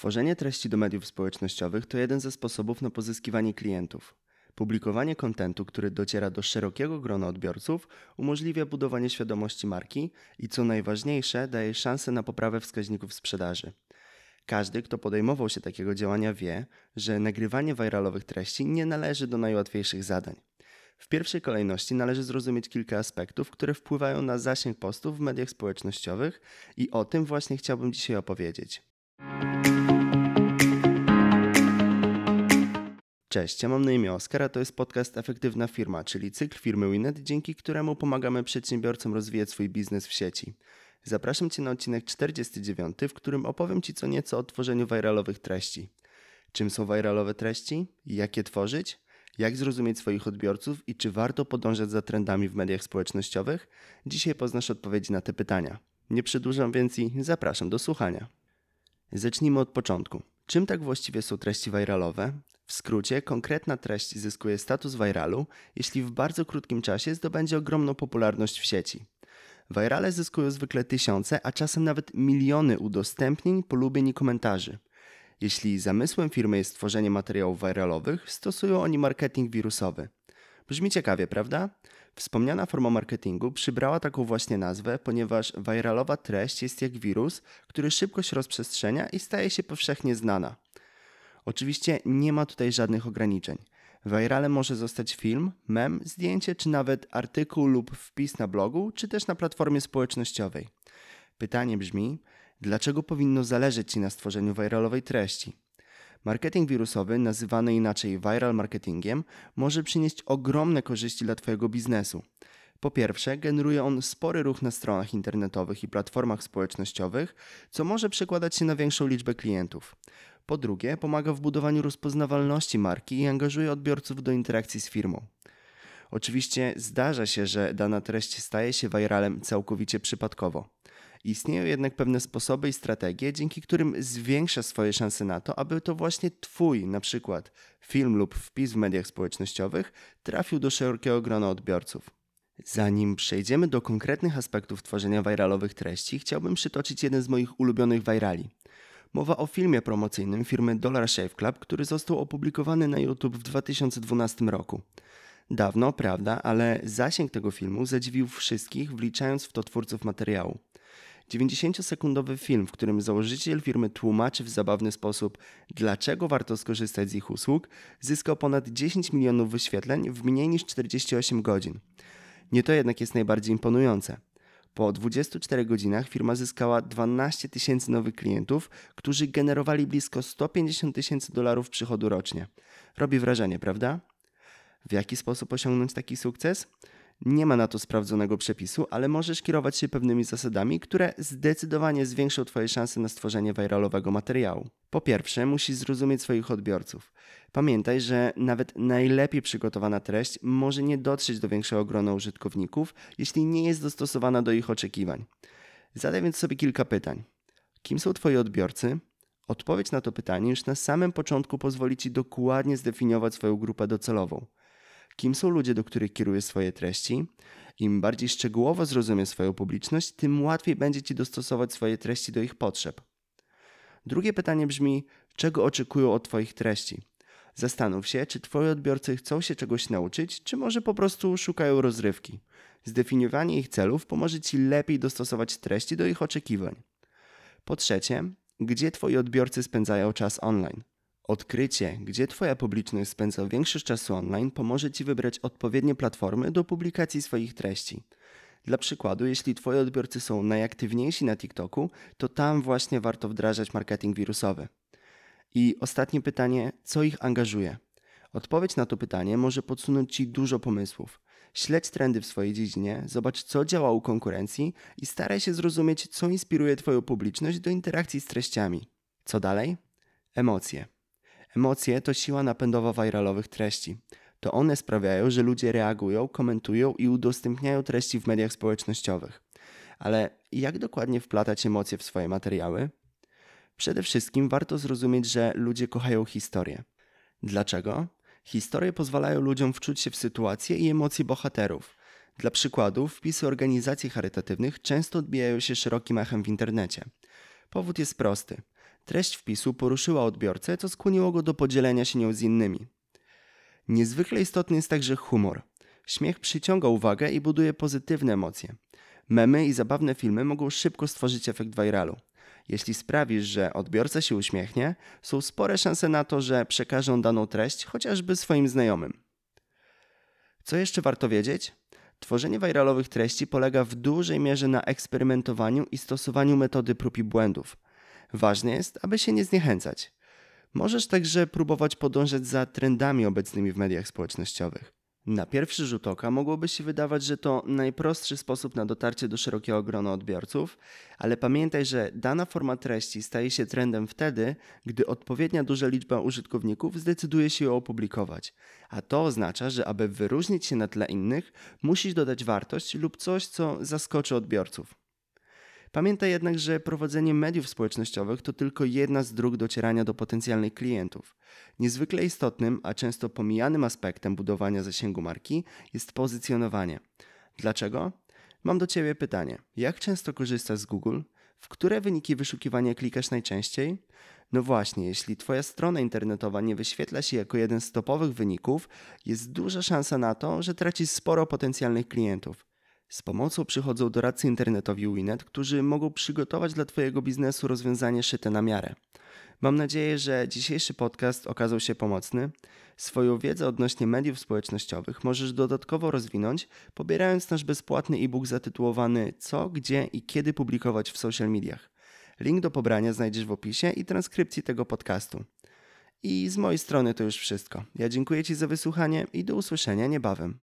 Tworzenie treści do mediów społecznościowych to jeden ze sposobów na pozyskiwanie klientów. Publikowanie kontentu, który dociera do szerokiego grona odbiorców, umożliwia budowanie świadomości marki i co najważniejsze, daje szansę na poprawę wskaźników sprzedaży. Każdy, kto podejmował się takiego działania, wie, że nagrywanie viralowych treści nie należy do najłatwiejszych zadań. W pierwszej kolejności należy zrozumieć kilka aspektów, które wpływają na zasięg postów w mediach społecznościowych i o tym właśnie chciałbym dzisiaj opowiedzieć. Cześć, ja mam na imię Oskar, a to jest podcast Efektywna Firma, czyli cykl firmy Winnet, dzięki któremu pomagamy przedsiębiorcom rozwijać swój biznes w sieci. Zapraszam Cię na odcinek 49, w którym opowiem Ci co nieco o tworzeniu viralowych treści. Czym są viralowe treści? Jak je tworzyć? Jak zrozumieć swoich odbiorców i czy warto podążać za trendami w mediach społecznościowych? Dzisiaj poznasz odpowiedzi na te pytania. Nie przedłużam więc i zapraszam do słuchania. Zacznijmy od początku. Czym tak właściwie są treści viralowe? W skrócie, konkretna treść zyskuje status viralu, jeśli w bardzo krótkim czasie zdobędzie ogromną popularność w sieci. Virale zyskują zwykle tysiące, a czasem nawet miliony udostępnień, polubień i komentarzy. Jeśli zamysłem firmy jest tworzenie materiałów viralowych, stosują oni marketing wirusowy. Brzmi ciekawie, prawda? Wspomniana forma marketingu przybrała taką właśnie nazwę, ponieważ viralowa treść jest jak wirus, który szybko się rozprzestrzenia i staje się powszechnie znana. Oczywiście nie ma tutaj żadnych ograniczeń. Viralem może zostać film, mem, zdjęcie czy nawet artykuł lub wpis na blogu, czy też na platformie społecznościowej. Pytanie brzmi, dlaczego powinno zależeć Ci na stworzeniu viralowej treści? Marketing wirusowy, nazywany inaczej viral marketingiem, może przynieść ogromne korzyści dla Twojego biznesu. Po pierwsze, generuje on spory ruch na stronach internetowych i platformach społecznościowych, co może przekładać się na większą liczbę klientów. Po drugie, pomaga w budowaniu rozpoznawalności marki i angażuje odbiorców do interakcji z firmą. Oczywiście zdarza się, że dana treść staje się viralem całkowicie przypadkowo. Istnieją jednak pewne sposoby i strategie, dzięki którym zwiększa swoje szanse na to, aby to właśnie Twój, na przykład film lub wpis w mediach społecznościowych, trafił do szerokiego grona odbiorców. Zanim przejdziemy do konkretnych aspektów tworzenia viralowych treści, chciałbym przytoczyć jeden z moich ulubionych virali. Mowa o filmie promocyjnym firmy Dollar Shave Club, który został opublikowany na YouTube w 2012 roku. Dawno, prawda, ale zasięg tego filmu zadziwił wszystkich, wliczając w to twórców materiału. 90-sekundowy film, w którym założyciel firmy tłumaczy w zabawny sposób, dlaczego warto skorzystać z ich usług, zyskał ponad 10 milionów wyświetleń w mniej niż 48 godzin. Nie to jednak jest najbardziej imponujące. Po 24 godzinach firma zyskała 12 tysięcy nowych klientów, którzy generowali blisko $150,000 przychodu rocznie. Robi wrażenie, prawda? W jaki sposób osiągnąć taki sukces? Nie ma na to sprawdzonego przepisu, ale możesz kierować się pewnymi zasadami, które zdecydowanie zwiększą Twoje szanse na stworzenie viralowego materiału. Po pierwsze, musisz zrozumieć swoich odbiorców. Pamiętaj, że nawet najlepiej przygotowana treść może nie dotrzeć do większego grona użytkowników, jeśli nie jest dostosowana do ich oczekiwań. Zadaj więc sobie kilka pytań. Kim są Twoi odbiorcy? Odpowiedź na to pytanie już na samym początku pozwoli Ci dokładnie zdefiniować swoją grupę docelową. Kim są ludzie, do których kierujesz swoje treści? Im bardziej szczegółowo zrozumiesz swoją publiczność, tym łatwiej będzie Ci dostosować swoje treści do ich potrzeb. Drugie pytanie brzmi, czego oczekują od Twoich treści? Zastanów się, czy Twoi odbiorcy chcą się czegoś nauczyć, czy może po prostu szukają rozrywki. Zdefiniowanie ich celów pomoże Ci lepiej dostosować treści do ich oczekiwań. Po trzecie, gdzie Twoi odbiorcy spędzają czas online? Odkrycie, gdzie Twoja publiczność spędza większość czasu online, pomoże Ci wybrać odpowiednie platformy do publikacji swoich treści. Dla przykładu, jeśli Twoi odbiorcy są najaktywniejsi na TikToku, to tam właśnie warto wdrażać marketing wirusowy. I ostatnie pytanie, co ich angażuje? Odpowiedź na to pytanie może podsunąć Ci dużo pomysłów. Śledź trendy w swojej dziedzinie, zobacz co działa u konkurencji i staraj się zrozumieć, co inspiruje Twoją publiczność do interakcji z treściami. Co dalej? Emocje. Emocje to siła napędowa viralowych treści. To one sprawiają, że ludzie reagują, komentują i udostępniają treści w mediach społecznościowych. Ale jak dokładnie wplatać emocje w swoje materiały? Przede wszystkim warto zrozumieć, że ludzie kochają historię. Dlaczego? Historie pozwalają ludziom wczuć się w sytuacje i emocje bohaterów. Dla przykładu, wpisy organizacji charytatywnych często odbijają się szerokim echem w internecie. Powód jest prosty. Treść wpisu poruszyła odbiorcę, co skłoniło go do podzielenia się nią z innymi. Niezwykle istotny jest także humor. Śmiech przyciąga uwagę i buduje pozytywne emocje. Memy i zabawne filmy mogą szybko stworzyć efekt viralu. Jeśli sprawisz, że odbiorca się uśmiechnie, są spore szanse na to, że przekaże on daną treść chociażby swoim znajomym. Co jeszcze warto wiedzieć? Tworzenie viralowych treści polega w dużej mierze na eksperymentowaniu i stosowaniu metody prób i błędów. Ważne jest, aby się nie zniechęcać. Możesz także próbować podążać za trendami obecnymi w mediach społecznościowych. Na pierwszy rzut oka mogłoby się wydawać, że to najprostszy sposób na dotarcie do szerokiego grona odbiorców, ale pamiętaj, że dana forma treści staje się trendem wtedy, gdy odpowiednia duża liczba użytkowników zdecyduje się ją opublikować. A to oznacza, że aby wyróżnić się na tle innych, musisz dodać wartość lub coś, co zaskoczy odbiorców. Pamiętaj jednak, że prowadzenie mediów społecznościowych to tylko jedna z dróg docierania do potencjalnych klientów. Niezwykle istotnym, a często pomijanym aspektem budowania zasięgu marki jest pozycjonowanie. Dlaczego? Mam do Ciebie pytanie. Jak często korzystasz z Google? W które wyniki wyszukiwania klikasz najczęściej? No właśnie, jeśli Twoja strona internetowa nie wyświetla się jako jeden z topowych wyników, jest duża szansa na to, że tracisz sporo potencjalnych klientów. Z pomocą przychodzą doradcy internetowi Winnet, którzy mogą przygotować dla Twojego biznesu rozwiązanie szyte na miarę. Mam nadzieję, że dzisiejszy podcast okazał się pomocny. Swoją wiedzę odnośnie mediów społecznościowych możesz dodatkowo rozwinąć, pobierając nasz bezpłatny e-book zatytułowany Co, gdzie i kiedy publikować w social mediach. Link do pobrania znajdziesz w opisie i transkrypcji tego podcastu. I z mojej strony to już wszystko. Ja dziękuję Ci za wysłuchanie i do usłyszenia niebawem.